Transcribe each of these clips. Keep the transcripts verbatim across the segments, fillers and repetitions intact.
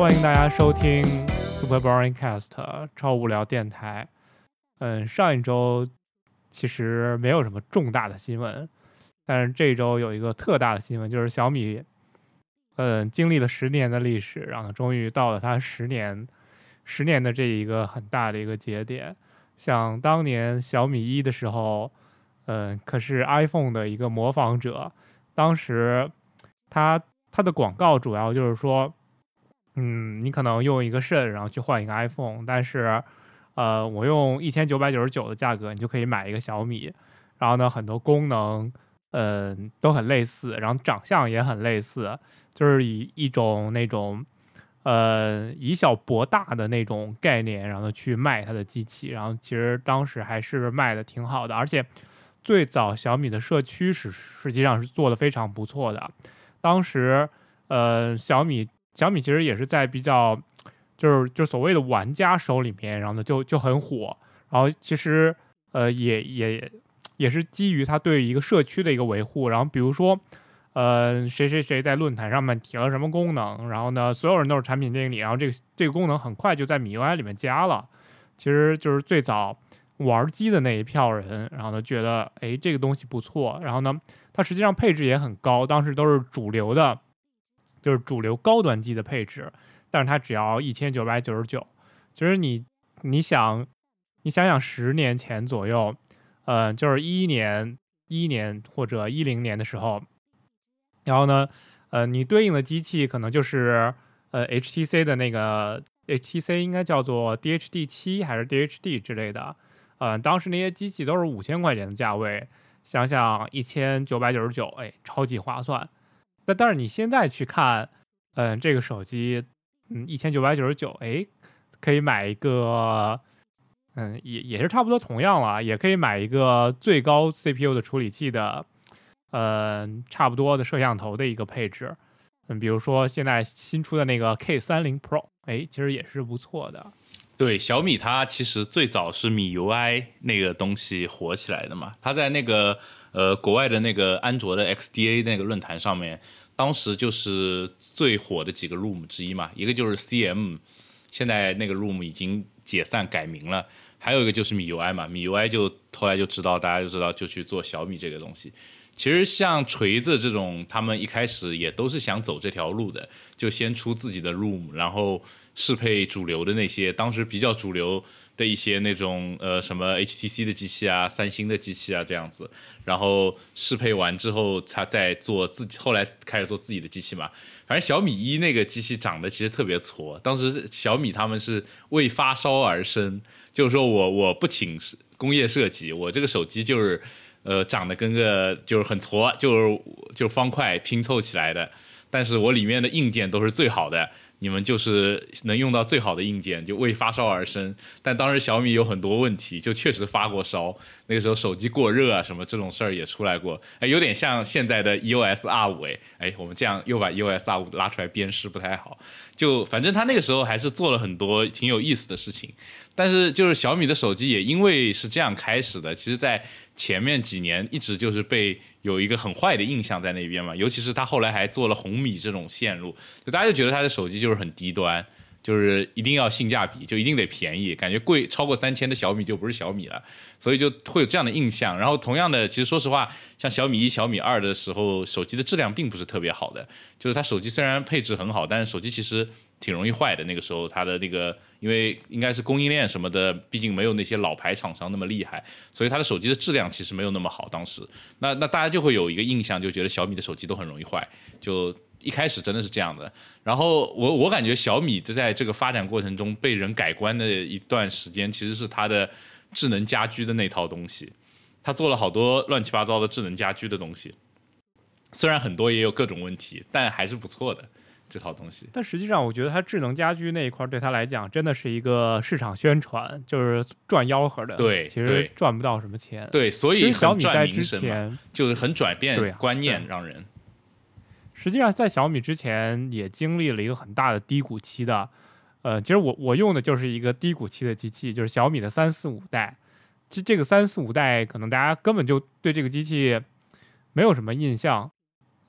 欢迎大家收听 Super Boring Cast 超无聊电台。嗯，上一周其实没有什么重大的新闻，但是这一周有一个特大的新闻，就是小米，嗯，经历了十年的历史，然后终于到了它十年，十年的这一个很大的一个节点。像当年小米一的时候，嗯，可是 iPhone 的一个模仿者，当时它它的广告主要就是说，嗯，你可能用一个肾，然后去换一个 iPhone，但是，呃，我用一千九百九十九的价格，你就可以买一个小米。然后呢，很多功能，嗯、呃，都很类似，然后长相也很类似，就是以一种那种，呃，以小博大的那种概念，然后去卖它的机器。然后其实当时还是卖的挺好的，而且最早小米的社区是实际上是做的非常不错的。当时，呃，小米。小米其实也是在比较，就是就所谓的玩家手里面，然后呢就就很火。然后其实呃也也也是基于它对一个社区的一个维护。然后比如说，呃谁谁谁在论坛上面提了什么功能，然后呢所有人都是产品经理，然后这个这个功能很快就在米 U I 里面加了。其实就是最早玩机的那一票人，然后呢觉得哎这个东西不错，然后呢它实际上配置也很高，当时都是主流的。就是主流高端机的配置，但是它只要一千九百九十九。其实你你想你想想十年前左右，呃，就是一一年、一一年或者一零年的时候，然后呢，呃，你对应的机器可能就是呃 H T C 的那个 H T C 应该叫做 D H D 七还是 D H D 之类的，呃，当时那些机器都是五千块钱的价位，想想一千九百九十九，哎，超级划算。但但是你现在去看，嗯、呃，这个手机，嗯，一千九百九十九，哎，可以买一个，嗯，也也是差不多同样了，也可以买一个最高 C P U 的处理器的，呃，差不多的摄像头的一个配置，嗯，比如说现在新出的那个 K 三十 Pro， 哎，其实也是不错的。 对，小米它其实最早是米 U I 那个东西火起来的嘛，它在那个呃国外的那个安卓的 X D A 那个论坛上面，当时就是最火的几个 room 之一嘛，一个就是 C M， 现在那个 room 已经解散改名了，还有一个就是米 U I 嘛，米 U I 就后来就知道，大家就知道就去做小米这个东西。其实像锤子这种，他们一开始也都是想走这条路的，就先出自己的 room， 然后适配主流的那些当时比较主流的一些那种呃什么 H T C 的机器啊、三星的机器啊这样子，然后适配完之后，他再做自己，后来开始做自己的机器嘛。反正小米一那个机器长得其实特别矬，当时小米他们是为发烧而生，就是说我我不请工业设计，我这个手机就是。呃，长得跟个就是很矬，就是就是方块拼凑起来的，但是我里面的硬件都是最好的，你们就是能用到最好的硬件，就为发烧而生。但当时小米有很多问题，就确实发过烧，那个时候手机过热啊什么这种事儿也出来过，哎，有点像现在的 E O S R 五，哎哎，我们这样又把 E O S R 五拉出来鞭尸不太好，就反正他那个时候还是做了很多挺有意思的事情。但是就是小米的手机也因为是这样开始的，其实在前面几年一直就是被有一个很坏的印象在那边嘛，尤其是他后来还做了红米这种线路，就大家就觉得他的手机就是很低端，就是一定要性价比，就一定得便宜，感觉贵超过三千的小米就不是小米了，所以就会有这样的印象。然后同样的，其实说实话，像小米一、小米二的时候，手机的质量并不是特别好的，就是它手机虽然配置很好，但是手机其实挺容易坏的。那个时候它的那个，因为应该是供应链什么的，毕竟没有那些老牌厂商那么厉害，所以它的手机的质量其实没有那么好。当时，那那大家就会有一个印象，就觉得小米的手机都很容易坏，就。一开始真的是这样的，然后我我感觉小米在这个发展过程中被人改观的一段时间，其实是它的智能家居的那套东西，它做了好多乱七八糟的智能家居的东西，虽然很多也有各种问题，但还是不错的这套东西。 但实际上，我觉得它智能家居那一块对他来讲，真的是一个市场宣传，就是赚吆喝的。 对， 其实赚不到什么钱。 对，所以小米在之前就是很转变观念，让人。 实际上，在小米之前也经历了一个很大的低谷期的，呃，其实我我用的就是一个低谷期的机器，就是小米的三四五代。其实这个三四五代可能大家根本就对这个机器没有什么印象，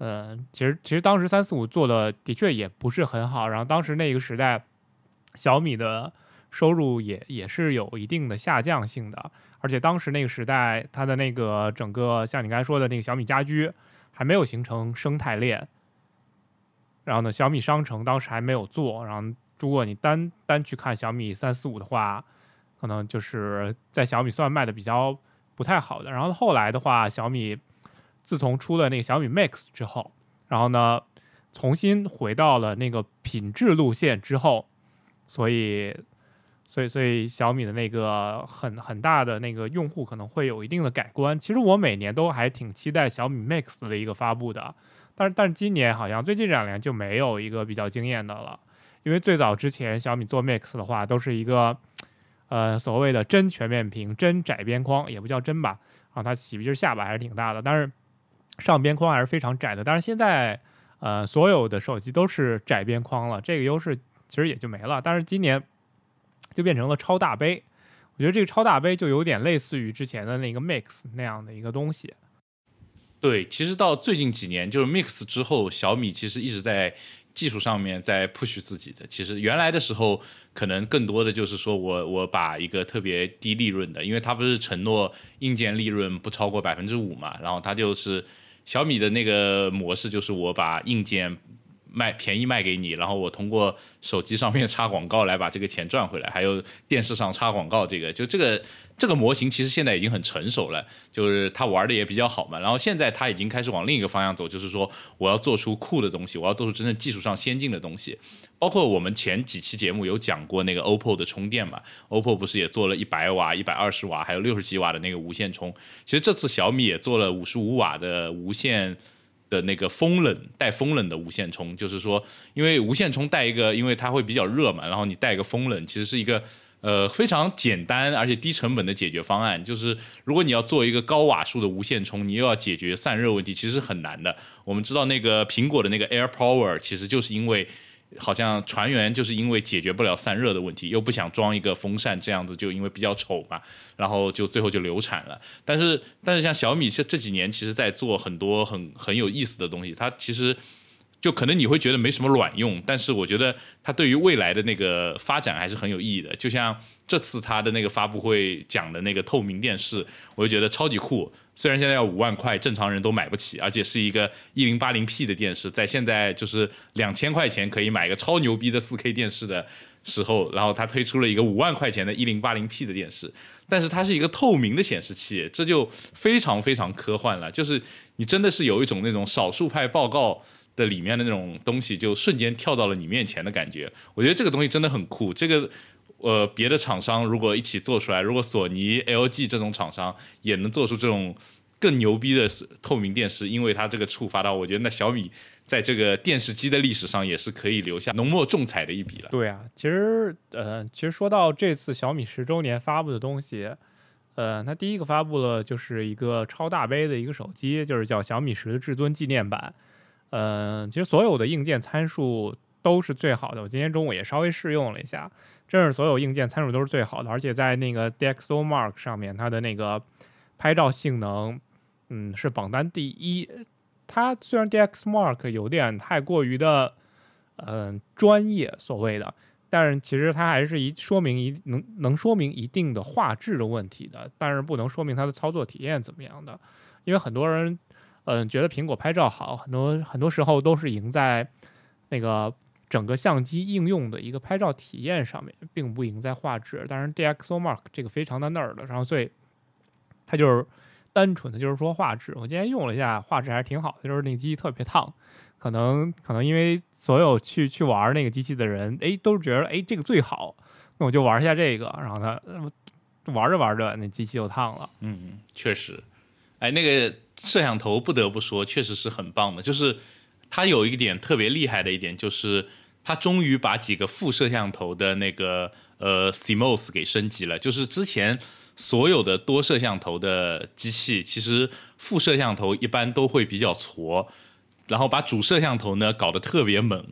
呃，其实其实当时三四五做的的确也不是很好，然后当时那个时代，小米的收入也也是有一定的下降性的，而且当时那个时代，它的那个整个像你刚才说的那个小米家居还没有形成生态链，然后呢，小米商城当时还没有做，然后如果你单单去看小米三四五的话，可能就是在小米算卖的比较不太好的。然后后来的话，小米自从出了那个小米 Mix 之后，然后呢，重新回到了那个品质路线之后，所以，所以，所以小米的那个很很大的那个用户可能会有一定的改观。其实我每年都还挺期待小米 Mix 的一个发布的，但是但是今年好像最近这两年就没有一个比较惊艳的了，因为最早之前小米做 Mix 的话，都是一个呃所谓的真全面屏、真窄边框，也不叫真吧，啊，它起笔就是下巴还是挺大的，但是上边框还是非常窄的。但是现在呃所有的手机都是窄边框了，这个优势其实也就没了。但是今年就变成了超大杯，我觉得这个超大杯就有点类似于之前的那个 Mix 那样的一个东西。 对，其实到最近几年，就是 Mix 之后，小米其实一直在技术上面在 push 自己的。其实原来的时候，可能更多的就是说我我把一个特别低利润的，因为它不是承诺硬件利润不超过百分之五嘛，然后它就是小米的那个模式，就是我把硬件卖便宜卖给你，然后我通过手机上面插广告来把这个钱赚回来，还有电视上插广告，这个就这个这个模型其实现在已经很成熟了，就是它玩的也比较好嘛。然后现在它已经开始往另一个方向走，就是说我要做出酷的东西，我要做出真正技术上先进的东西。包括我们前几期节目有讲过那个 O P P O 的充电嘛 ，O P P O 不是也做了一百瓦、一百二十瓦，还有六十几瓦的那个无线充。其实这次小米也做了五十五瓦的无线的那个风冷带风冷的无线充，就是说，因为无线充带一个，因为它会比较热嘛，然后你带一个风冷，其实是一个呃非常简单而且低成本的解决方案。就是如果你要做一个高瓦数的无线充，你又要解决散热问题，其实是很难的。我们知道那个苹果的那个 Air Power， 其实就是因为好像传言就是因为解决不了散热的问题，又不想装一个风扇，这样子就因为比较丑嘛，然后就最后就流产了。但是但是像小米这这几年其实在做很多很很有意思的东西，它其实就可能你会觉得没什么卵用，但是我觉得它对于未来的那个发展还是很有意义的。就像这次它的那个发布会讲的那个透明电视，我就觉得超级酷。虽然现在要五万块，正常人都买不起，而且是一个一零八零 P 的电视，在现在就是两千块钱可以买一个超牛逼的 四 K 电视的时候，然后它推出了一个五万块钱的一零八零 P 的电视，但是它是一个透明的显示器，这就非常非常科幻了。就是你真的是有一种那种少数派报告的里面的那种东西，就瞬间跳到了你面前的感觉。我觉得这个东西真的很酷。这个呃，别的厂商如果一起做出来，如果索尼、L G 这种厂商也能做出这种更牛逼的透明电视，因为它这个触发到，我觉得那小米在这个电视机的历史上也是可以留下浓墨重彩的一笔了。 对啊，其实呃，其实说到这次小米十周年发布的东西，呃，它第一个发布了就是一个超大杯的一个手机，就是叫小米十至尊纪念版。呃，其实所有的硬件参数都是最好的，我今天中午也稍微试用了一下，真是所有硬件参数都是最好的，而且在那个 D X O Mark 上面，它的那个拍照性能，嗯，是榜单第一。它虽然 D X Mark 有点太过于的，嗯、呃，专业所谓的，但是其实它还是一说明一能能说明一定的画质的问题的，但是不能说明它的操作体验怎么样的，因为很多人。嗯，觉得苹果拍照好，很多很多时候都是赢在那个整个相机应用的一个拍照体验上面，并不赢在画质。当然 D X O Mark 这个非常的那儿的，然后所以它就是单纯的就是说画质。我今天用了一下，画质还是挺好的，就是那个机器特别烫，可能可能因为所有去去玩那个机器的人，哎，都是觉得哎这个最好，那我就玩一下这个，然后呢玩着玩着那机器就烫了。 嗯，确实，哎，那个。摄像头不得不说确实是很棒的，就是它有一点特别厉害的一点，就是它终于把几个副摄像头的那个呃 C M O S 给升级了。就是之前所有的多摄像头的机器，其实副摄像头一般都会比较矬，然后把主摄像头呢搞得特别猛。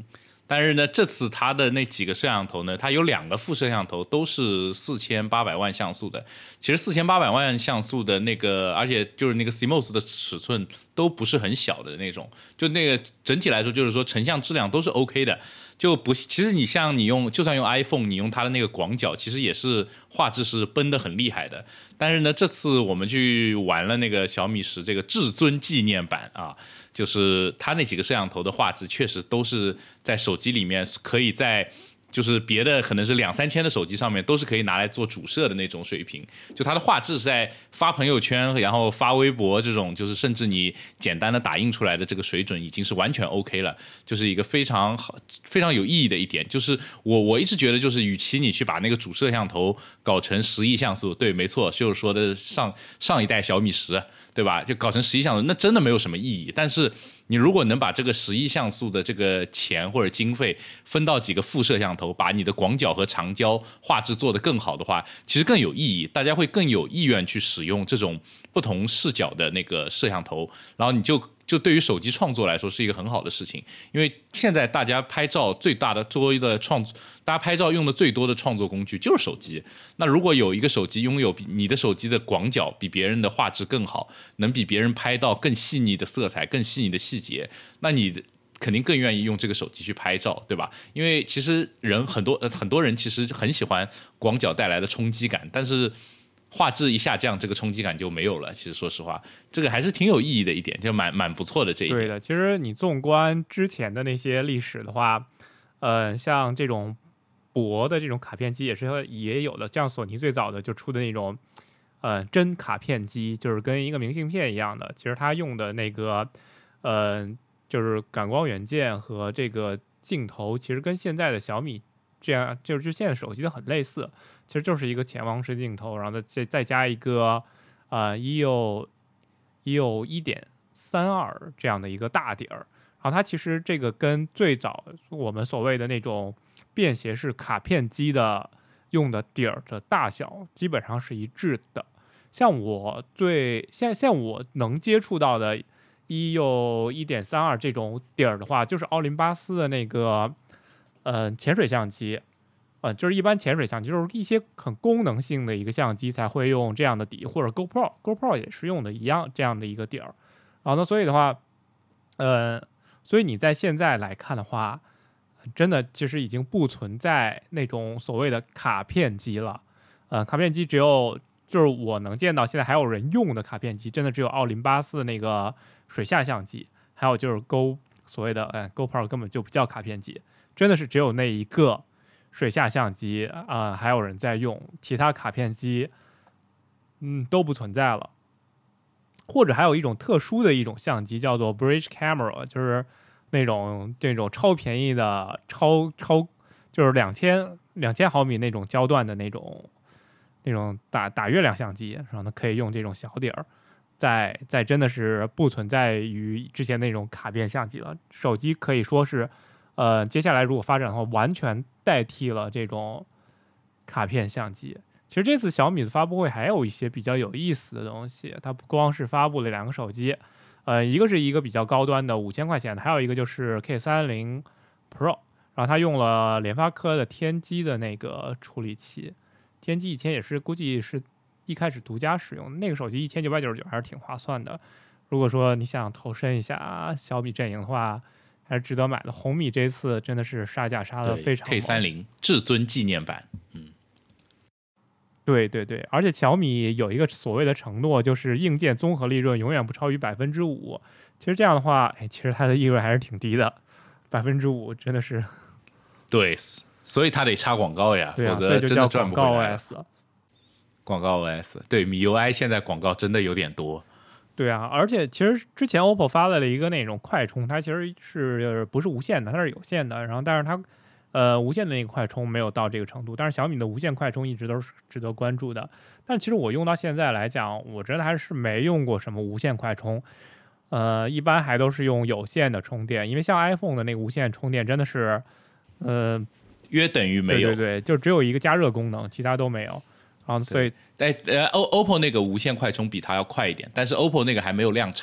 但是呢，这次它的那几个摄像头呢，它有两个副摄像头都是四千八百万像素的。其实四千八百万像素的那个，而且就是那个 C M O S 的尺寸都不是很小的那种，就那个整体来说，就是说成像质量都是 OK 的。就不，其实你像你用，就算用 iPhone， 你用它的那个广角，其实也是画质是崩得很厉害的。但是呢，这次我们去玩了那个小米十这个至尊纪念版啊，就是它那几个摄像头的画质确实都是在手机里面可以在。就是别的可能是两三千的手机上面都是可以拿来做主摄的那种水平，就它的画质是在发朋友圈然后发微博这种，就是甚至你简单的打印出来的这个水准已经是完全 OK 了，就是一个非常好非常有意义的一点。就是我我一直觉得，就是与其你去把那个主摄像头搞成十亿像素，对，没错，就是说的上上一代小米十，对吧？就搞成十亿像素，那真的没有什么意义。但是你如果能把这个十亿像素的这个钱或者经费分到几个副摄像头，把你的广角和长焦画质做得更好的话，其实更有意义，大家会更有意愿去使用这种不同视角的那个摄像头，然后你就就对于手机创作来说是一个很好的事情。因为现在大家拍照最大的作为的创作，大家拍照用的最多的创作工具就是手机。那如果有一个手机拥有比你的手机的广角比别人的画质更好，能比别人拍到更细腻的色彩、更细腻的细节，那你肯定更愿意用这个手机去拍照，对吧？因为其实人很多、呃、很多人其实很喜欢广角带来的冲击感，但是画质一下降，这个冲击感就没有了。其实说实话，这个还是挺有意义的一点，就蛮蛮不错的这一点。 对的，其实你纵观之前的那些历史的话，呃，像这种薄的这种卡片机也是也有的，像索尼最早的就出的那种，呃，真卡片机，就是跟一个明信片一样的。其实它用的那个，呃，就是感光元件和这个镜头，其实跟现在的小米这样，就是就现在手机的很类似。其实就是一个潜望式镜头，然后再再加一个呃 E O E O 一点三二这样的一个大底儿。然后它其实这个跟最早我们所谓的那种便携式卡片机的用的底儿的大小基本上是一致的。像我最像像我能接触到的 E O 一点三二这种底儿的话，就是奥林巴斯的那个呃潜水相机。呃，就是一般潜水相机，就是一些很功能性的一个相机才会用这样的底，或者 GoPro，GoPro 也是用的一样这样的一个底儿。然后呢，所以的话，呃，所以你在现在来看的话，真的其实已经不存在那种所谓的卡片机了。呃，卡片机只有就是我能见到现在还有人用的卡片机，真的只有奥林巴斯那个水下相机，还有就是 Go 所谓的呃 GoPro 根本就不叫卡片机，真的是只有那一个。水下相机啊、呃，还有人在用，其他卡片机，嗯，都不存在了。或者还有一种特殊的一种相机叫做 Bridge Camera， 就是那种这种超便宜的超超，就是两千两千毫米那种焦段的那种那种打打月亮相机，然后呢可以用这种小底儿，在在真的是不存在于之前那种卡片相机了。手机可以说是。呃，接下来如果发展的话，完全代替了这种卡片相机。其实这次小米的发布会还有一些比较有意思的东西，它不光是发布了两个手机，呃，一个是一个比较高端的五千块钱的，还有一个就是 K 三十 Pro， 然后它用了联发科的天玑的那个处理器，天玑以前也是估计是一开始独家使用，那个手机一千九百九十九还是挺划算的。如果说你想投身一下小米阵营的话，还是值得买的。红米这次真的是杀价杀的非常猛 K 三十 至尊纪念版，嗯， 对对对，而且小米有一个所谓的承诺，就是硬件综合利润永远不超于百分之五。其实这样的话，哎，其实它的利润还是挺低的，百分之五真的是。 对，所以它得插广告呀， 对啊、 否则真的赚不回来。 广告 O S， 广告 O S， 对，米 U I 现在广告真的有点多。 对啊，而且其实之前 O P P O 发了一个那种快充，它其实是不是无线的，它是有线的。然后，但是它呃无线的那个快充没有到这个程度。但是小米的无线快充一直都是值得关注的。但其实我用到现在来讲，我真的还是没用过什么无线快充。呃，一般还都是用有线的充电，因为像 iPhone 的那个无线充电真的是，呃， 约等于没有。 对对对，就只有一个加热功能，其他都没有。然后所以， 哎呃，O O P P O 那个无线快充比它要快一点，但是 O P P O 那个还没有量产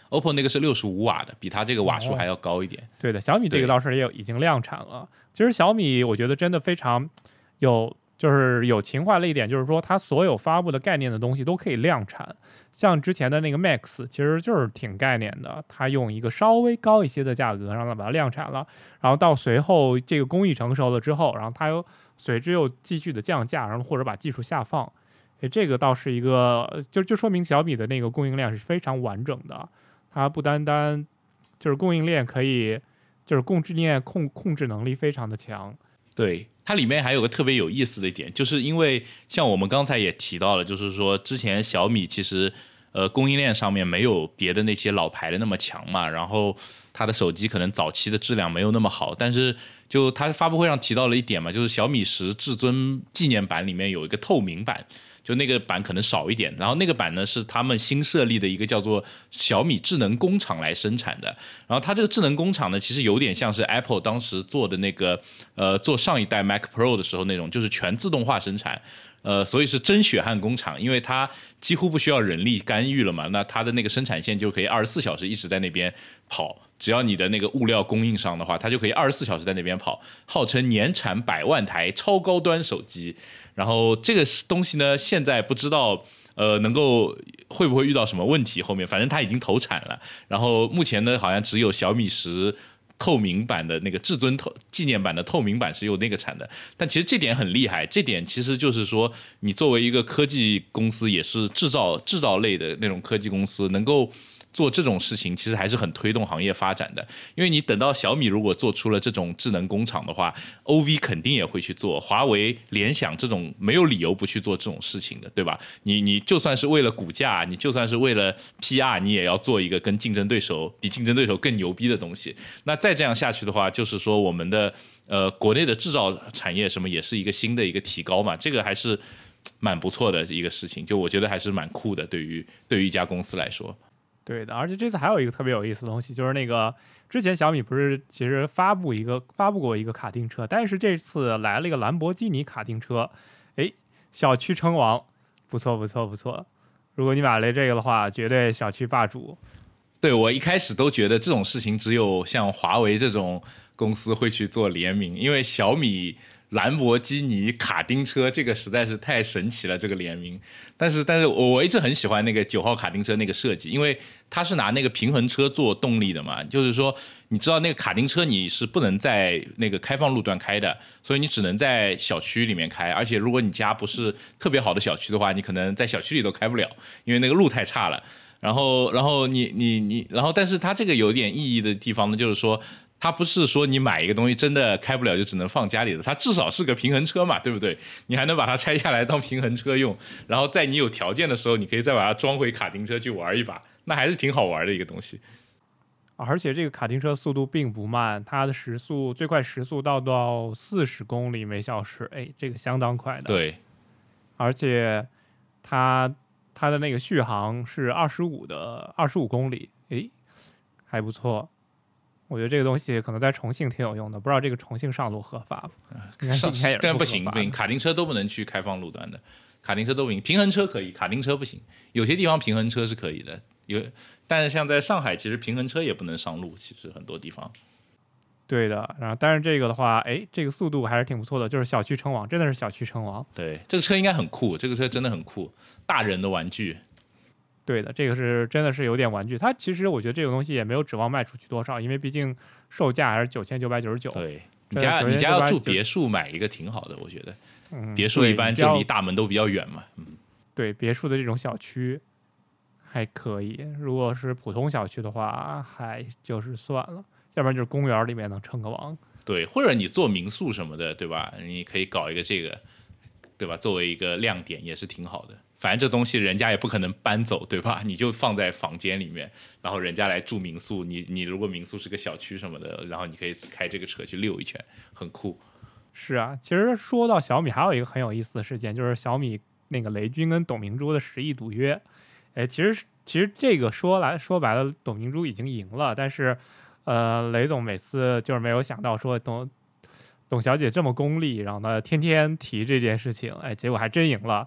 O P P O 那个是六十五瓦的，比它这个瓦数还要高一点。 哦、对的，小米这个倒是也有已经量产了。其实小米我觉得真的非常有。就是有情怀了一点，就是说它所有发布的概念的东西都可以量产。像之前的那个 Max 其实就是挺概念的，它用一个稍微高一些的价格让它把它量产了，然后到随后这个工艺成熟了之后，然后它又随之又继续的降价，然后或者把技术下放。诶，这个倒是一个就就说明小米的那个供应链是非常完整的，它不单单就是供应链可以，就是供应链控控制能力非常的强。 对，它里面还有个特别有意思的一点，就是因为像我们刚才也提到了，就是说之前小米其实呃供应链上面没有别的那些老牌的那么强嘛，然后它的手机可能早期的质量没有那么好，但是就它发布会上提到了一点嘛，就是小米十至尊纪念版里面有一个透明版。就那个版可能少一点，然后那个版呢是他们新设立的一个叫做小米智能工厂来生产的，然后它这个智能工厂呢，其实有点像是 Apple 当时做的那个呃做上一代 Mac Pro 的时候那种，就是全自动化生产。呃，所以是真血汗工厂，因为它几乎不需要人力干预了嘛，那它的那个生产线就可以二十四小时一直在那边跑，只要你的那个物料供应上的话，它就可以二十四小时在那边跑，号称年产百万台超高端手机。然后这个东西呢，现在不知道呃能够会不会遇到什么问题，后面反正它已经投产了，然后目前呢好像只有小米十透明版的那个至尊透纪念版的透明版是有那个产的，但其实这点很厉害，这点其实就是说你作为一个科技公司，也是制造制造类的那种科技公司，能够做这种事情其实还是很推动行业发展的。因为你等到小米如果做出了这种智能工厂的话， O V 肯定也会去做，华为联想这种没有理由不去做这种事情的，对吧？你你就算是为了股价，你就算是为了 P R， 你也要做一个跟竞争对手比竞争对手更牛逼的东西。那再这样下去的话，就是说我们的呃国内的制造产业什么也是一个新的一个提高嘛，这个还是蛮不错的一个事情，就我觉得还是蛮酷的，对于对于一家公司来说。 对的，而且这次还有一个特别有意思的东西，就是那个之前小米不是其实发布一个发布过一个卡丁车，但是这次来了一个兰博基尼卡丁车，哎，小区称王，不错不错不错。如果你买了这个的话，绝对小区霸主。 对，我一开始都觉得这种事情只有像华为这种公司会去做联名，因为小米兰博基尼卡丁车这个实在是太神奇了，这个联名。但是但是我一直很喜欢那个九号卡丁车那个设计，因为它是拿那个平衡车做动力的嘛，就是说你知道那个卡丁车你是不能在那个开放路段开的，所以你只能在小区里面开，而且如果你家不是特别好的小区的话，你可能在小区里都开不了，因为那个路太差了。然后然后你你你然后但是它这个有点意义的地方呢，就是说它不是说你买一个东西真的开不了就只能放家里的，它至少是个平衡车嘛，对不对？你还能把它拆下来当平衡车用，然后在你有条件的时候，你可以再把它装回卡丁车去玩一把，那还是挺好玩的一个东西。 而且这个卡丁车速度并不慢，它的时速最快时速到到四十公里每小时，哎，这个相当快的。 对， 而且它它的那个续航是二十五的二十五公里，哎，还不错。我觉得这个东西可能在重庆挺有用的，不知道这个重庆上路合法吗？应该应该也是不行，不行，卡丁车都不能去开放路段的，卡丁车都不行，平衡车可以，卡丁车不行。有些地方平衡车是可以的，有，但是像在上海，其实平衡车也不能上路，其实很多地方。 对的，然后但是这个的话，哎，这个速度还是挺不错的，就是小区称王，真的是小区称王。 对，这个车应该很酷，这个车真的很酷，大人的玩具。 对的，这个是真的是有点玩具。它其实我觉得这个东西也没有指望卖出去多少，因为毕竟售价还是九千九百九十九。 对，你家你家要住别墅，买一个挺好的，我觉得。 嗯， 别墅一般就离大门都比较远嘛。嗯， 对，别墅的这种小区还可以，如果是普通小区的话，还就是算了，要不然就是公园里面能称个王。 对，或者你做民宿什么的，对吧？你可以搞一个这个，对吧？作为一个亮点也是挺好的。反正这东西人家也不可能搬走，对吧？你就放在房间里面，然后人家来住民宿，你你如果民宿是个小区什么的，然后你可以开这个车去溜一圈，很酷。 是啊，其实说到小米，还有一个很有意思的事件，就是小米那个雷军跟董明珠的十亿赌约。哎，其实其实这个说来说白了，董明珠已经赢了，但是呃，雷总每次就是没有想到说董董小姐这么功利，然后呢天天提这件事情，哎，结果还真赢了。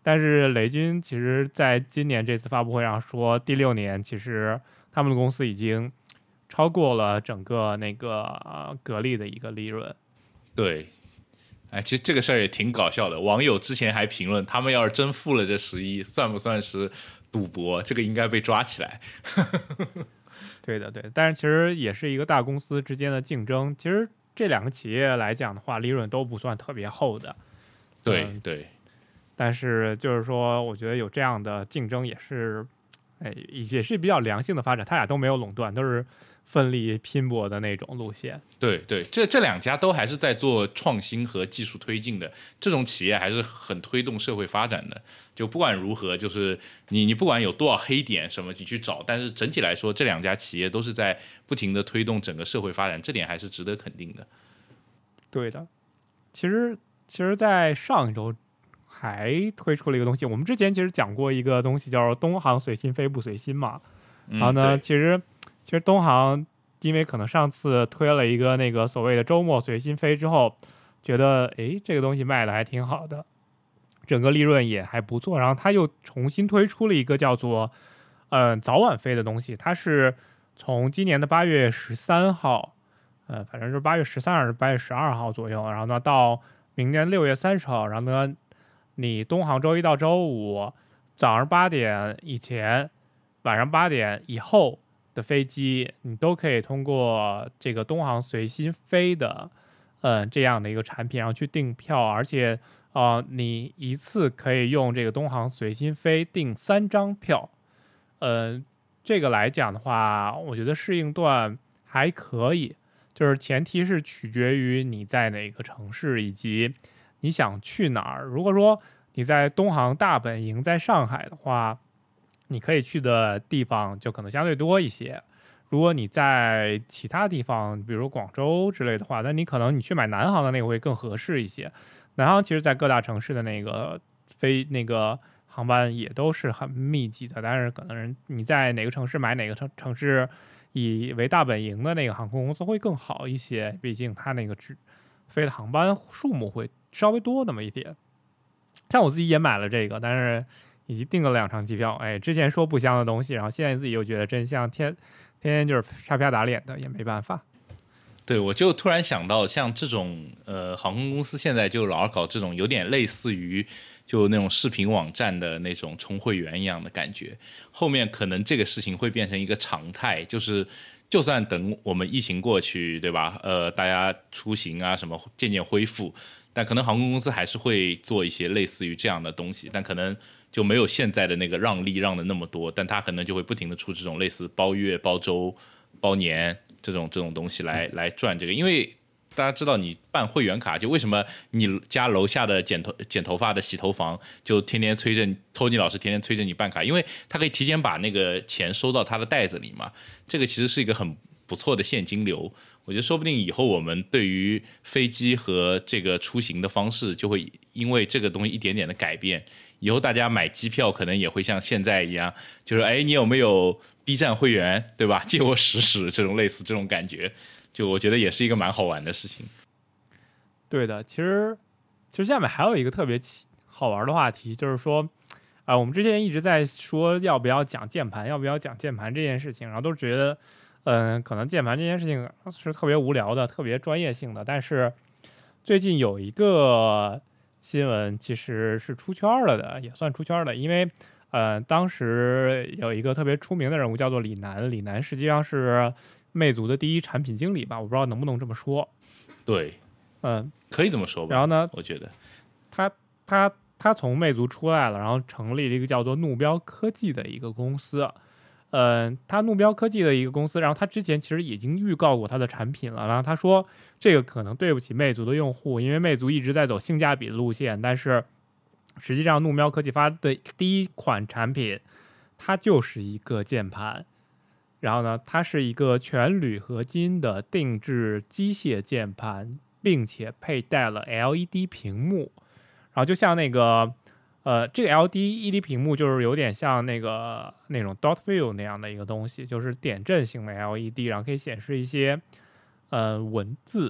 但是雷军其实在今年这次发布会上说，第六年其实他们的公司已经超过了整个那个呃格力的一个利润。 对，哎，其实这个事儿也挺搞笑的。网友之前还评论，他们要是真付了这十亿，算不算是赌博？这个应该被抓起来。 对的，对的，但是其实也是一个大公司之间的竞争。其实这两个企业来讲的话，利润都不算特别厚的。 对、 嗯、 对， 但是就是说，我觉得有这样的竞争也是，哎，也是比较良性的发展。他俩都没有垄断，都是奋力拼搏的那种路线。 对对，这这两家都还是在做创新和技术推进的，这种企业还是很推动社会发展的。就不管如何，就是你你不管有多少黑点什么，你去找，但是整体来说，这两家企业都是在不停的推动整个社会发展，这点还是值得肯定的。 对的，其实其实，在上一周还推出了一个东西，我们之前其实讲过一个东西叫东航随心飞不随心嘛。然后呢， 嗯、 其实其实东航因为可能上次推了一个那个所谓的周末随心飞之后，觉得诶这个东西卖的还挺好的，整个利润也还不错，然后他又重新推出了一个叫做呃早晚飞的东西，它是从今年的八月十三号，呃反正就是八月十三还是八月十二号左右，然后呢到明年六月三十号，然后呢你东航周一到周五早上八点以前，晚上八点以后的飞机，你都可以通过这个东航随心飞的，呃，这样的一个产品，然后去订票，而且，呃，你一次可以用这个东航随心飞订三张票，呃，这个来讲的话，我觉得适应段还可以，就是前提是取决于你在哪个城市以及你想去哪儿。如果说你在东航大本营在上海的话，你可以去的地方就可能相对多一些。如果你在其他地方，比如广州之类的话，那你可能你去买南航的那个会更合适一些。南航其实在各大城市的那个飞那个航班也都是很密集的，但是可能你在哪个城市买哪个城城市以为大本营的那个航空公司会更好一些，毕竟它那个只飞的航班数目会稍微多那么一点。像我自己也买了这个，但是以及订了两张机票，哎，之前说不香的东西，然后现在自己又觉得真香，天天天就是啪啪打脸的，也没办法。 对，我就突然想到，像这种呃航空公司现在就老是搞这种有点类似于就那种视频网站的那种充会员一样的感觉，后面可能这个事情会变成一个常态，就是就算等我们疫情过去，对吧？呃，大家出行啊什么渐渐恢复，但可能航空公司还是会做一些类似于这样的东西，但可能就没有现在的那个让利让的那么多，但他可能就会不停的出这种类似包月、包周、包年这种这种东西来来赚这个，因为大家知道你办会员卡，就为什么你家楼下的剪头剪头发的洗头房就天天催着你，Tony 老师天天催着你办卡，因为他可以提前把那个钱收到他的袋子里嘛，这个其实是一个很不错的现金流。我觉得说不定以后我们对于飞机和这个出行的方式就会因为这个东西一点点的改变，以后大家买机票可能也会像现在一样，就是哎你有没有 B 站会员对吧？借我使使这种类似这种感觉，就我觉得也是一个蛮好玩的事情。 对的，其实其实下面还有一个特别好玩的话题，就是说，啊、呃，我们之前一直在说要不要讲键盘，要不要讲键盘这件事情，然后都觉得，嗯、呃，可能键盘这件事情是特别无聊的，特别专业性的。但是最近有一个新闻其实是出圈了的，也算出圈了，因为呃，当时有一个特别出名的人物叫做李楠，李楠实际上是魅族的第一产品经理吧，我不知道能不能这么说。 对， 嗯， 可以这么说吧。 然后呢， 我觉得他他他从魅族出来了，然后成立了一个叫做怒标科技的一个公司。嗯，他怒标科技的一个公司，然后他之前其实已经预告过他的产品了，然后他说这个可能对不起魅族的用户，因为魅族一直在走性价比的路线，但是实际上怒标科技发的第一款产品，它就是一个键盘，然后呢，它是一个全铝合金的定制机械键盘，并且佩戴了 L E D 屏幕，然后就像那个。呃，这个 L E D 屏幕就是有点像那个那种 dot view 那样的一个东西，就是点阵型的 L E D， 然后可以显示一些呃文字，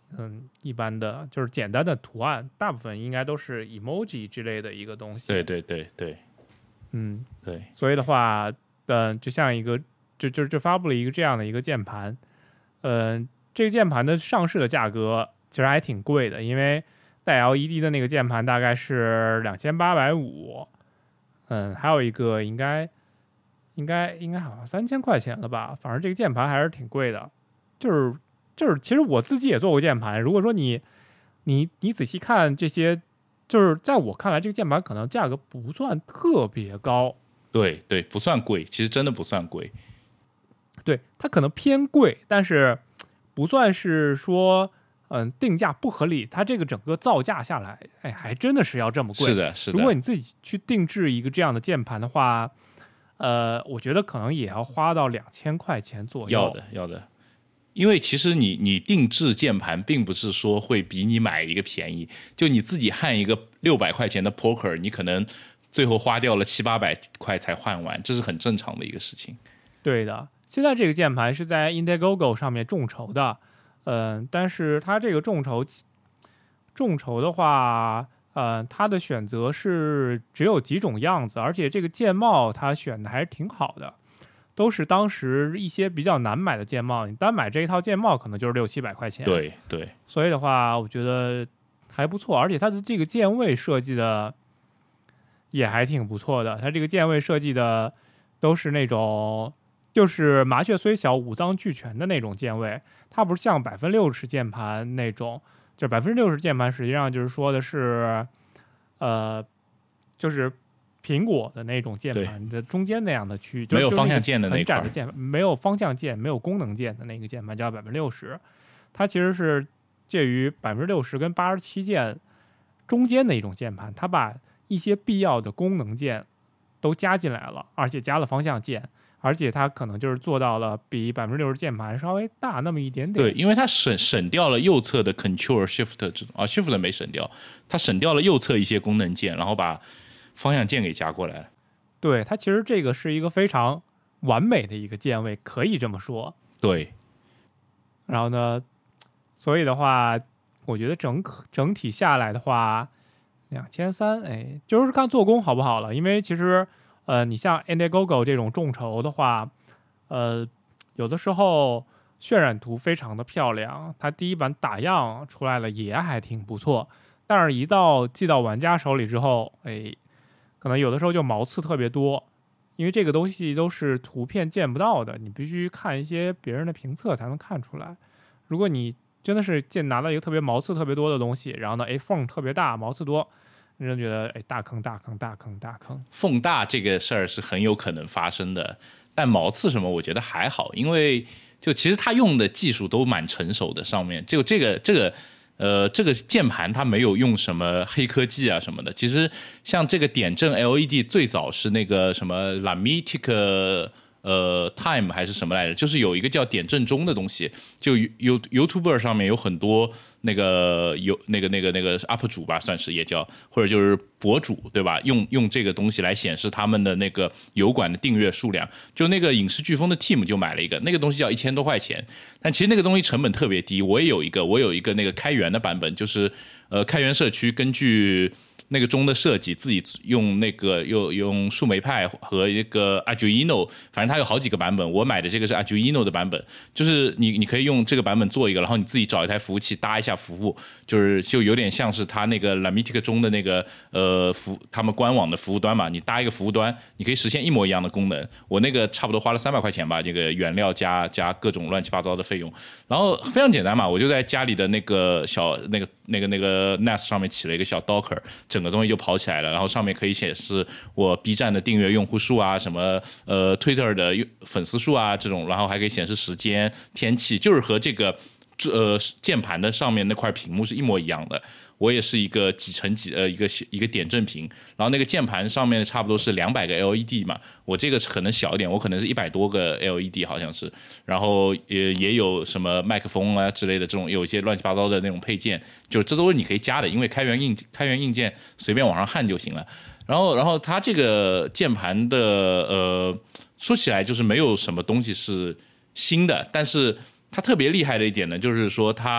嗯，一般的就是简单的图案，大部分应该都是 emoji 之类的一个东西。 对对对对， 嗯， 对。 所以的话，嗯，就像一个就就就发布了一个这样的一个键盘，嗯，这个键盘的上市的价格其实还挺贵的，因为带 L E D 的那个键盘大概是两千八百五，嗯，还有一个应该应该应该好像三千块钱了吧，反正这个键盘还是挺贵的，就是就是，其实我自己也做过键盘，如果说你你你仔细看这些，就是在我看来，这个键盘可能价格不算特别高， 对对，不算贵，其实真的不算贵。 对，它可能偏贵，但是不算是说嗯定价不合理。它这个整个造价下来，哎，还真的是要这么贵。 是的，是的。 如果你自己去定制一个这样的键盘的话，呃，我觉得可能也要花到两千块钱左右。 要的，要的。因为其实你你定制键盘并不是说会比你买一个便宜，就你自己焊一个六百块钱的 poker， 你可能最后花掉了七八百块才换完，这是很正常的一个事情。 对的，现在这个键盘是在 Indiegogo 上面众筹的，嗯、呃，但是它这个众筹众筹的话，呃，它的选择是只有几种样子，而且这个键帽它选的还是挺好的。都是当时一些比较难买的键帽，你单买这一套键帽可能就是六七百块钱。 对对， 所以的话，我觉得还不错，而且它的这个键位设计的也还挺不错的。它这个键位设计的都是那种就是麻雀虽小五脏俱全的那种键位，它不是像百分六十键盘那种，就百分之六十键盘实际上就是说的是，呃，就是。苹果的那种键盘的中间那样的区域， 没有方向键的那一块，键盘没有方向键、没有功能键的那个键盘叫百分之六十，它其实是介于百分之六十跟八十七键中间的一种键盘，它把一些必要的功能键都加进来了，而且加了方向键，而且它可能就是做到了比百分之六十键盘稍微大那么一点点。 对，因为它省省掉了右侧的 Control Shift 这种啊 ，Shift 没省掉，它省掉了右侧一些功能键，然后把方向键给加过来了。 对，它其实这个是一个非常完美的一个键位，可以这么说。 对。 然后呢，所以的话，我觉得整整体下来的话，两千三，哎，就是看做工好不好了。因为其实，呃，你像 Indiegogo 这种众筹的话，呃，有的时候渲染图非常的漂亮，它第一版打样出来了也还挺不错，但是一到寄到玩家手里之后，哎。可能有的时候就毛刺特别多，因为这个东西都是图片见不到的，你必须看一些别人的评测才能看出来。如果你真的是见拿到一个特别毛刺特别多的东西，然后呢，哎，缝特别大，毛刺多，你就觉得哎，大坑大坑大坑大坑。 缝大这个事儿是很有可能发生的，但毛刺什么我觉得还好，因为就其实他用的技术都蛮成熟的，上面就这个这个。呃，这个键盘它没有用什么黑科技啊什么的。其实像这个点阵 L E D 最早是那个什么 Lamitic 呃 Time 还是什么来着，就是有一个叫点阵钟的东西，就 YouTuber 上面有很多那个有那个那个那个 U P 主吧，算是也叫，或者就是博主对吧？用用这个东西来显示他们的那个油管的订阅数量。就那个影视飓风的 team 就买了一个，那个东西要一千多块钱，但其实那个东西成本特别低。我也有一个，我有一个那个开源的版本，就是呃开源社区根据那个钟的设计，自己用那个用用树莓派和一个 Arduino， 反正它有好几个版本。我买的这个是 Arduino 的版本，就是你你可以用这个版本做一个，然后你自己找一台服务器搭一下服务，就是就有点像是它那个 Lamitic 钟的那个呃服他们官网的服务端嘛，你搭一个服务端，你可以实现一模一样的功能。我那个差不多花了三百块钱吧，这个原料加加各种乱七八糟的费用，然后非常简单嘛，我就在家里的那个小那个那个那个 N A S 上面起了一个小 Docker。整个东西就跑起来了，然后上面可以显示我 B 站的订阅用户数啊，什么呃 Twitter 的粉丝数啊这种，然后还可以显示时间、天气，就是和这个呃键盘的上面那块屏幕是一模一样的。我也是一个几乘几呃一个一个点阵屏，然后那个键盘上面差不多是两百个 L E D 嘛，我这个可能小一点，我可能是一百多个 L E D 好像是，然后也也有什么麦克风啊之类的这种，有一些乱七八糟的那种配件，就这都是你可以加的，因为开源硬开源硬件随便往上焊就行了。然后然后它这个键盘的呃说起来就是没有什么东西是新的，但是它特别厉害的一点呢，就是说它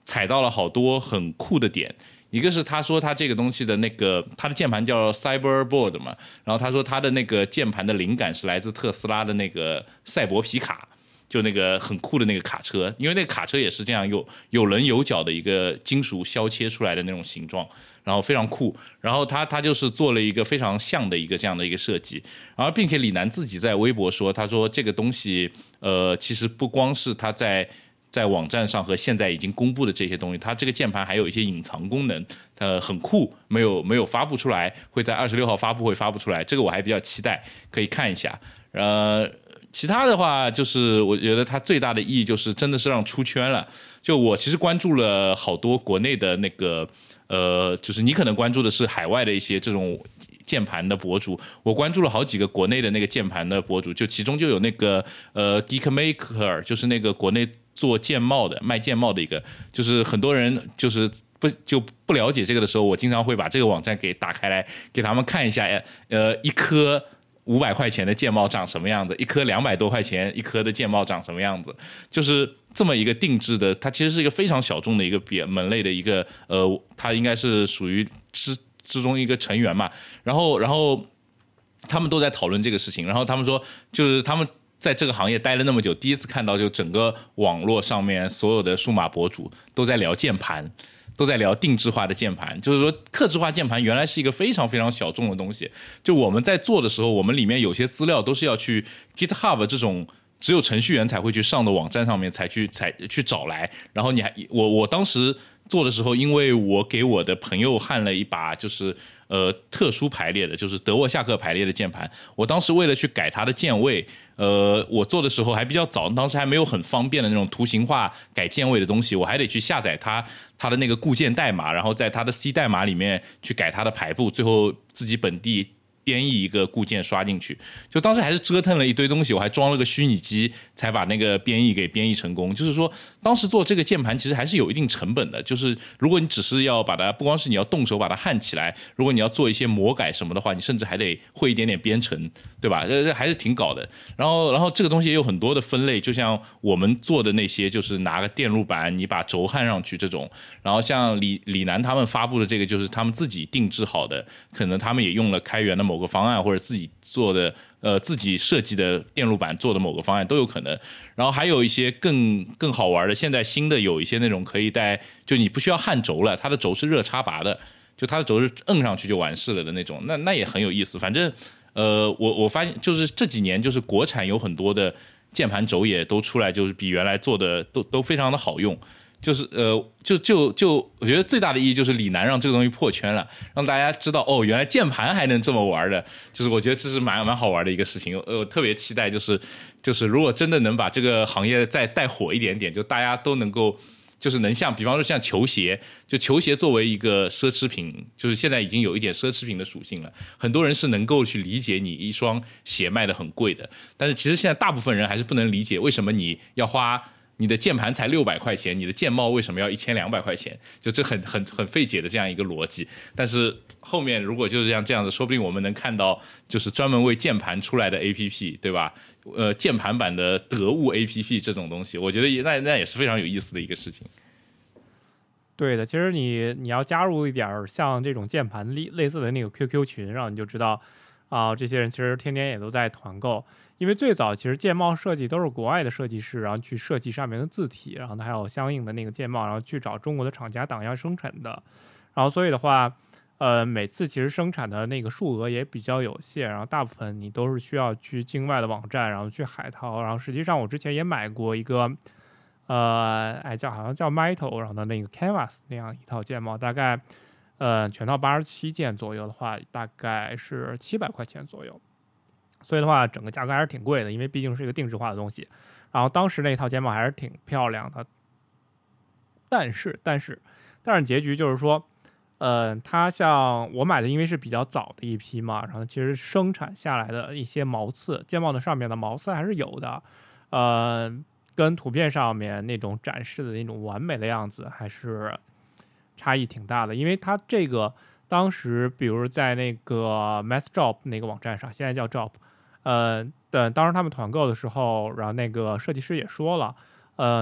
踩到了好多很酷的点。一个是他说他这个东西的那个他的键盘叫 Cyberboard 嘛，然后他说他的那个键盘的灵感是来自特斯拉的那个赛博皮卡，就那个很酷的那个卡车，因为那个卡车也是这样有有棱有角的一个金属削切出来的那种形状，然后非常酷。然后他他就是做了一个非常像的一个这样的一个设计，然后并且李楠自己在微博说，他说这个东西呃其实不光是他在在网站上和现在已经公布的这些东西，它这个键盘还有一些隐藏功能，呃，很酷，没有没有发布出来，会在二十六号发布会发布出来，这个我还比较期待，可以看一下。呃，其他的话就是我觉得它最大的意义就是真的是让出圈了。就我其实关注了好多国内的那个，呃，就是你可能关注的是海外的一些这种键盘的博主，我关注了好几个国内的那个键盘的博主，就其中就有那个呃 Geekmaker， 就是那个国内做键帽的卖键帽的一个，就是很多人就是不就不了解这个的时候，我经常会把这个网站给打开来给他们看一下，呃，一颗五百块钱的键帽长什么样子，一颗两百多块钱一颗的键帽长什么样子，就是这么一个定制的，它其实是一个非常小众的一个别门类的一个，呃，它应该是属于之之中一个成员嘛，然后然后他们都在讨论这个事情，然后他们说就是他们在这个行业待了那么久，第一次看到就整个网络上面所有的数码博主都在聊键盘，都在聊定制化的键盘，就是说客制化键盘原来是一个非常非常小众的东西，就我们在做的时候，我们里面有些资料都是要去 GitHub 这种只有程序员才会去上的网站上面才去才去找来，然后你还我我当时做的时候，因为我给我的朋友焊了一把就是呃特殊排列的，就是德沃夏克排列的键盘。我当时为了去改它的键位，呃，我做的时候还比较早，当时还没有很方便的那种图形化改键位的东西，我还得去下载它它的那个固件代码，然后在它的 C 代码里面去改它的排布，最后自己本地编译一个固件刷进去，就当时还是折腾了一堆东西，我还装了个虚拟机，才把那个编译给编译成功。就是说，当时做这个键盘其实还是有一定成本的。就是如果你只是要把它，不光是你要动手把它焊起来，如果你要做一些魔改什么的话，你甚至还得会一点点编程，对吧？这这还是挺搞的。然后，然后这个东西也有很多的分类，就像我们做的那些，就是拿个电路板，你把轴焊上去这种。然后像李李楠他们发布的这个，就是他们自己定制好的，可能他们也用了开源的某个方案，或者自己做的呃自己设计的电路板做的某个方案都有可能。然后还有一些更更好玩的，现在新的有一些那种可以带，就你不需要焊轴了，它的轴是热插拔的，就它的轴是摁上去就完事了的那种，那那也很有意思。反正呃，我我发现就是这几年就是国产有很多的键盘轴也都出来，就是比原来做的都都非常的好用。就是呃，就就就，我觉得最大的意义就是李楠让这个东西破圈了，让大家知道哦，原来键盘还能这么玩的，就是我觉得这是蛮蛮好玩的一个事情。呃，我特别期待，就是就是如果真的能把这个行业再带火一点点，就大家都能够。就是能像，比方说像球鞋，就球鞋作为一个奢侈品，就是现在已经有一点奢侈品的属性了。很多人是能够去理解你一双鞋卖的很贵的，但是其实现在大部分人还是不能理解为什么你要花你的键盘才六百块钱，你的键帽为什么要一千两百块钱？就这很很很费解的这样一个逻辑。但是后面如果就是像这样子，说不定我们能看到就是专门为键盘出来的 A P P， 对吧？呃，键盘版的得物 A P P 这种东西，我觉得也那那也是非常有意思的一个事情。 对的，其实你你要加入一点像这种键盘类类似的那个 Q Q 群，然后你就知道啊、呃，这些人其实天天也都在团购。因为最早其实键帽设计都是国外的设计师，然后去设计上面的字体，然后呢还有相应的那个键帽，然后去找中国的厂家档样生产的。然后所以的话，呃，每次其实生产的那个数额也比较有限，然后大部分你都是需要去境外的网站，然后去海淘。然后实际上我之前也买过一个，呃，哎叫好像叫 Metal， 然后的那个 Canvas 那样一套键帽，大概呃全套八十七件左右的话，大概是七百块钱左右。所以的话，整个价格还是挺贵的，因为毕竟是一个定制化的东西。然后当时那套键帽还是挺漂亮的，但是但是但是结局就是说。呃，它像我买的，因为是比较早的一批嘛，然后其实生产下来的一些毛刺，键帽的上面的毛刺还是有的，呃，跟图片上面那种展示的那种完美的样子还是差异挺大的。因为它这个当时，比如在那个 Mass Job 那个网站上，现在叫 Job， 呃，等当时他们团购的时候，然后那个设计师也说了，呃。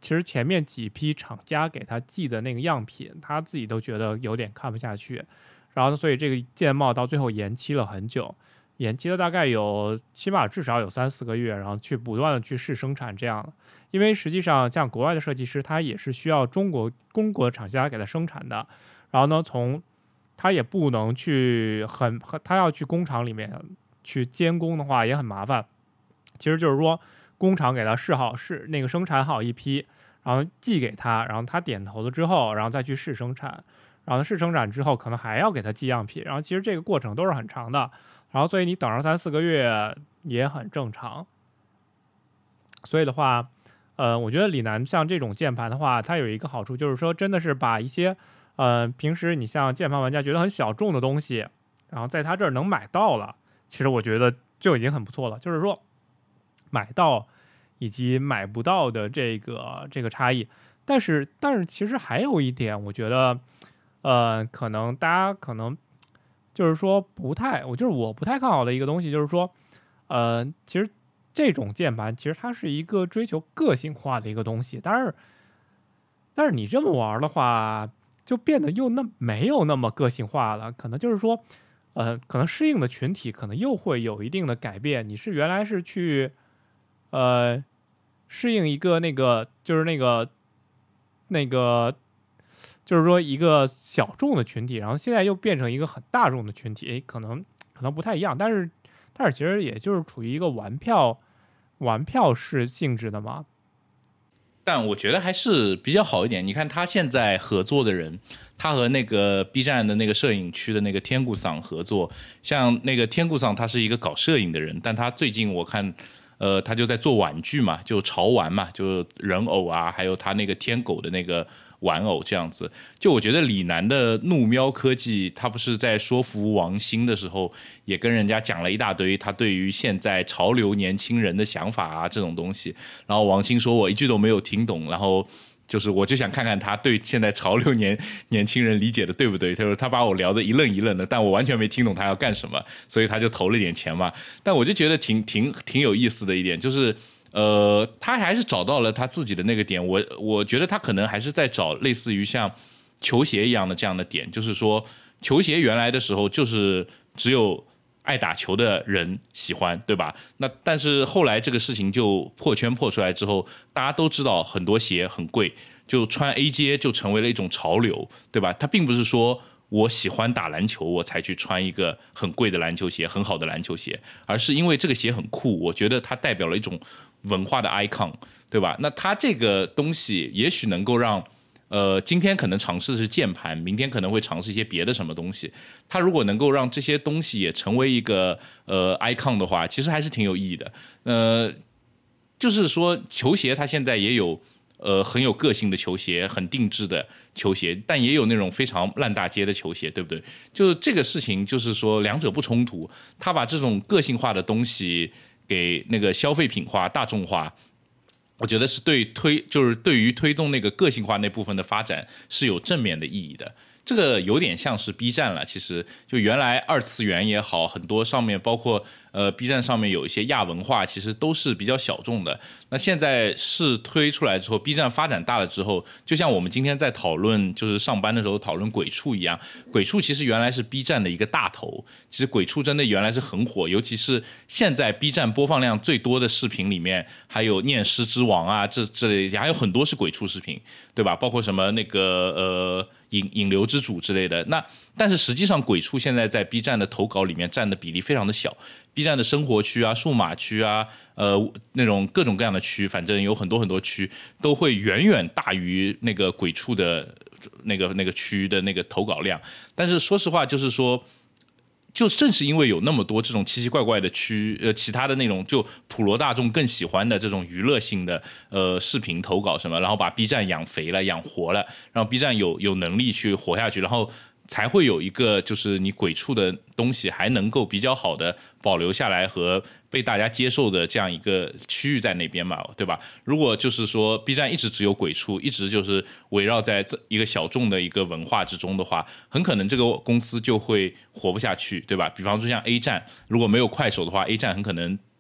其实前面几批厂家给他寄的那个样品，他自己都觉得有点看不下去，然后所以这个建贸到最后延期了很久，延期了大概有起码至少有三四个月，然后去不断的去试生产这样的。因为实际上像国外的设计师，他也是需要中国中国厂家给他生产的，然后呢，从他也不能去很他要去工厂里面去监工的话也很麻烦。其实就是说，工厂给他试好试那个生产好一批，然后寄给他，然后他点头了之后，然后再去试生产，然后试生产之后可能还要给他寄样品，然后其实这个过程都是很长的，然后所以你等上三四个月也很正常。所以的话，呃，我觉得李楠像这种键盘的话，它有一个好处就是说，真的是把一些呃平时你像键盘玩家觉得很小众的东西，然后在他这儿能买到了，其实我觉得就已经很不错了。就是说，买到以及买不到的这个这个差异。但是但是其实还有一点，我觉得，呃，可能大家可能就是说不太，我就是我不太看好的一个东西，就是说，呃，其实这种键盘其实它是一个追求个性化的一个东西，但是但是你这么玩的话，就变得又那没有那么个性化了，可能就是说，呃，可能适应的群体可能又会有一定的改变。你是原来是去，呃，适应一个那个就是那个那个，就是说一个小众的群体，然后现在又变成一个很大众的群体，诶，可能可能不太一样，但是但是其实也就是处于一个玩票玩票式性质的嘛。 但我觉得还是比较好一点。你看他现在合作的人，他和那个 B 站的那个摄影区的那个天谷桑合作，像那个天谷桑他是一个搞摄影的人，但他最近我看呃他就在做玩具嘛，就潮玩嘛，就人偶啊，还有他那个天狗的那个玩偶这样子。就我觉得李楠的怒喵科技，他不是在说服王兴的时候也跟人家讲了一大堆他对于现在潮流年轻人的想法啊这种东西，然后王兴说我一句都没有听懂，然后就是我就想看看他对现在潮流年年轻人理解的对不对，他说他把我聊得一愣一愣的，但我完全没听懂他要干什么，所以他就投了点钱嘛。但我就觉得挺挺挺有意思的一点就是呃，他还是找到了他自己的那个点。我我觉得他可能还是在找类似于像球鞋一样的这样的点，就是说球鞋原来的时候就是只有爱打球的人喜欢，对吧？那但是后来这个事情就破圈破出来之后，大家都知道很多鞋很贵，就穿 A 阶就成为了一种潮流，对吧？他并不是说我喜欢打篮球我才去穿一个很贵的篮球鞋，很好的篮球鞋，而是因为这个鞋很酷，我觉得它代表了一种文化的 icon， 对吧？那它这个东西也许能够让呃，今天可能尝试的是键盘，明天可能会尝试一些别的什么东西。它如果能够让这些东西也成为一个呃 icon 的话，其实还是挺有意义的。呃，就是说球鞋它现在也有呃很有个性的球鞋，很定制的球鞋，但也有那种非常烂大街的球鞋，对不对？就这个事情，就是说两者不冲突。他把这种个性化的东西给那个消费品化、大众化。我觉得是对推，就是对于推动那个个性化那部分的发展是有正面的意义的。这个有点像是 B 站了，其实就原来二次元也好，很多上面包括呃 B 站上面有一些亚文化，其实都是比较小众的。那现在是推出来之后 ，B 站发展大了之后，就像我们今天在讨论，就是上班的时候讨论鬼畜一样，鬼畜其实原来是 B 站的一个大头，其实鬼畜真的原来是很火，尤其是现在 B 站播放量最多的视频里面，还有念诗之王啊，这这类还有很多是鬼畜视频，对吧？包括什么那个呃。引引流之主之类的，那但是实际上鬼畜现在在 B 站的投稿里面占的比例非常的小。B 站的生活区啊、数码区啊、呃那种各种各样的区，反正有很多很多区都会远远大于那个鬼畜的那个那个区的那个投稿量。但是说实话，就是说。就正是因为有那么多这种奇奇怪怪的区，呃，其他的那种就普罗大众更喜欢的这种娱乐性的呃视频投稿什么，然后把 B 站养肥了、养活了，让 B 站有有能力去活下去，然后才会有一个就是你鬼畜的东西还能够比较好的保留下来和被大家接受的这样一个区域在那边嘛，对吧？如果就是说 B 站一直只有鬼畜，一直就是围绕在这一个小众的一个文化之中的话，很可能这个公司就会活不下去，对吧？比方说像 A 站，如果没有快手的话 ，A 站很可能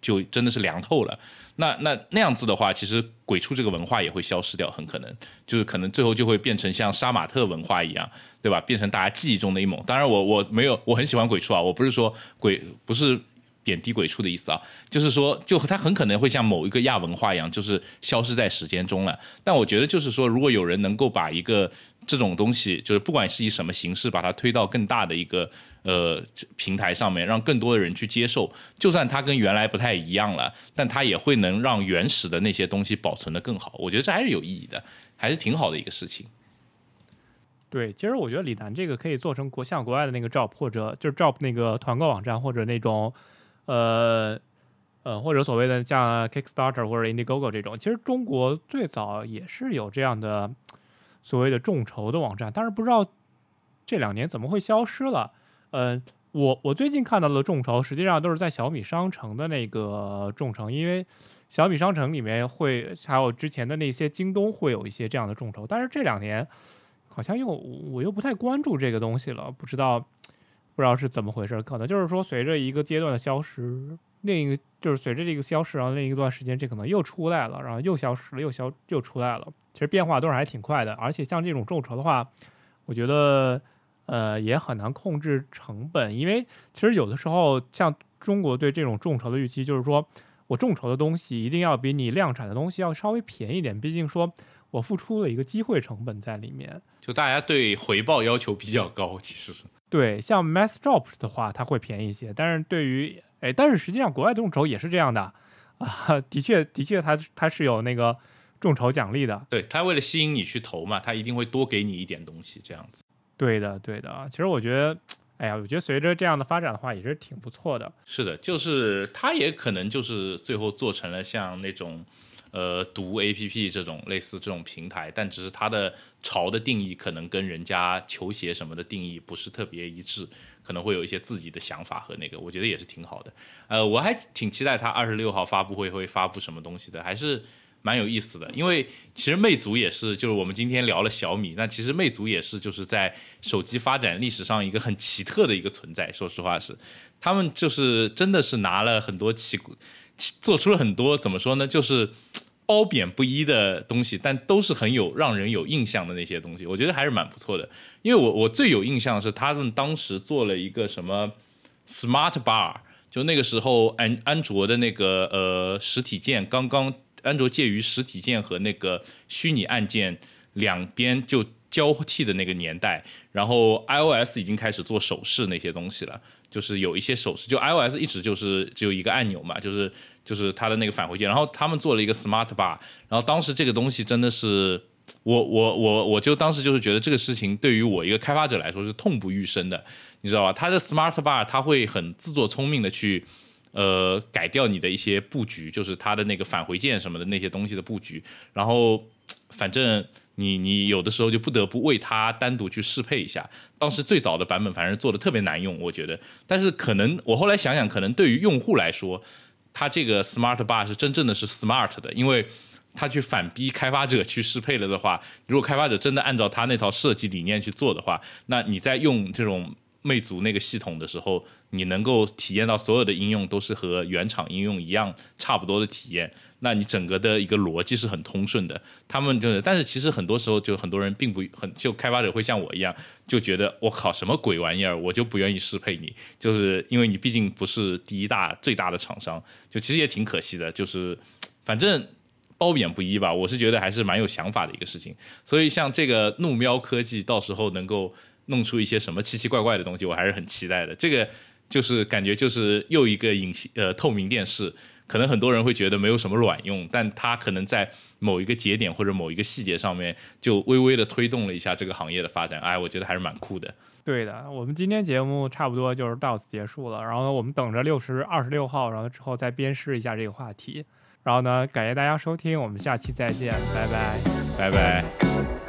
就真的是凉透了。那那那样子的话，其实鬼畜这个文化也会消失掉，很可能就是可能最后就会变成像杀马特文化一样，对吧？变成大家记忆中的一猛。当然我我没有我很喜欢鬼畜啊，我不是说鬼不是贬低鬼畜的意思啊，就是说就它很可能会像某一个亚文化一样，就是消失在时间中了。但我觉得就是说，如果有人能够把一个这种东西，就是不管是以什么形式，把它推到更大的一个呃平台上面，让更多的人去接受，就算它跟原来不太一样了，但它也会能让原始的那些东西保存得更好。我觉得这还是有意义的，还是挺好的一个事情。 对，其实我觉得李楠这个可以做成国像国外的那个 Drop， 或者就是 Drop 那个团购网站，或者那种呃呃或者所谓的像 Kickstarter 或者 Indiegogo 这种。其实中国最早也是有这样的所谓的众筹的网站，但是不知道这两年怎么会消失了。嗯、呃，我我最近看到的众筹实际上都是在小米商城的那个众筹，因为小米商城里面会还有之前的那些京东会有一些这样的众筹，但是这两年好像又我又不太关注这个东西了，不知道不知道是怎么回事，可能就是说随着一个阶段的消失，另一个就是随着这个消失，然后另一段时间这可能又出来了，然后又消失了，又消又出来了。其实变化都是还挺快的，而且像这种众筹的话，我觉得呃也很难控制成本，因为其实有的时候像中国对这种众筹的预期就是说，我众筹的东西一定要比你量产的东西要稍微便宜一点，毕竟说我付出了一个机会成本在里面， 就大家对回报要求比较高，其实是对。像 Mass Drop 的话，它会便宜一些，但是对于哎，但是实际上国外众筹也是这样的啊，的确的确它它是有那个众筹奖励的， 对，他为了吸引你去投嘛，他一定会多给你一点东西，这样子。 对的对的。其实我觉得哎呀，我觉得随着这样的发展的话，也是挺不错的。 是的，就是他也可能就是最后做成了像那种呃读 A P P 这种类似这种平台，但只是它的潮的定义可能跟人家球鞋什么的定义不是特别一致，可能会有一些自己的想法和那个，我觉得也是挺好的。呃，我还挺期待他二十六号发布会会发布什么东西的，还是蛮有意思的。因为其实魅族也是，就是我们今天聊了小米，那其实魅族也是就是在手机发展历史上一个很奇特的一个存在。说实话是，他们就是真的是拿了很多奇，做出了很多怎么说呢，就是褒贬不一的东西，但都是很有让人有印象的那些东西，我觉得还是蛮不错的。因为我我最有印象的是他们当时做了一个什么 Smart Bar， 就那个时候安安卓的那个呃实体键刚刚，安卓介于实体键和那个虚拟按键两边就交替的那个年代，然后 iOS 已经开始做手势那些东西了，就是有一些手势，就 iOS 一直就是只有一个按钮嘛，就是就是它的那个返回键，然后他们做了一个 Smart Bar， 然后当时这个东西真的是我我我我就当时就是觉得这个事情对于我一个开发者来说是痛不欲生的，你知道吧？它的 Smart Bar 它会很自作聪明的去呃改掉你的一些布局，就是它的那个返回键什么的那些东西的布局，然后反正你你有的时候就不得不为它单独去适配一下。当时最早的版本反正做的特别难用，我觉得，但是可能我后来想想，可能对于用户来说，它这个 Smart Bar 是真正的是 smart 的，因为他去反逼开发者去适配了的话，如果开发者真的按照他那套设计理念去做的话，那你在用这种魅族那个系统的时候，你能够体验到所有的应用都是和原厂应用一样差不多的体验，那你整个的一个逻辑是很通顺的。他们就是，但是其实很多时候就很多人并不很，就开发者会像我一样，就觉得我靠什么鬼玩意儿，我就不愿意适配你，就是因为你毕竟不是第一大最大的厂商，就其实也挺可惜的，就是反正褒贬不一吧，我是觉得还是蛮有想法的一个事情。所以像这个怒喵科技到时候能够弄出一些什么奇奇怪怪的东西，我还是很期待的。这个就是感觉就是又一个隐形呃透明电视，可能很多人会觉得没有什么卵用，但它可能在某一个节点或者某一个细节上面就微微的推动了一下这个行业的发展，哎，我觉得还是蛮酷的。 对的，我们今天节目差不多就是到此结束了，然后呢，我们等着六十二十六号，然后之后再鞭尸一下这个话题。然后呢，感谢大家收听，我们下期再见，拜拜， 拜拜。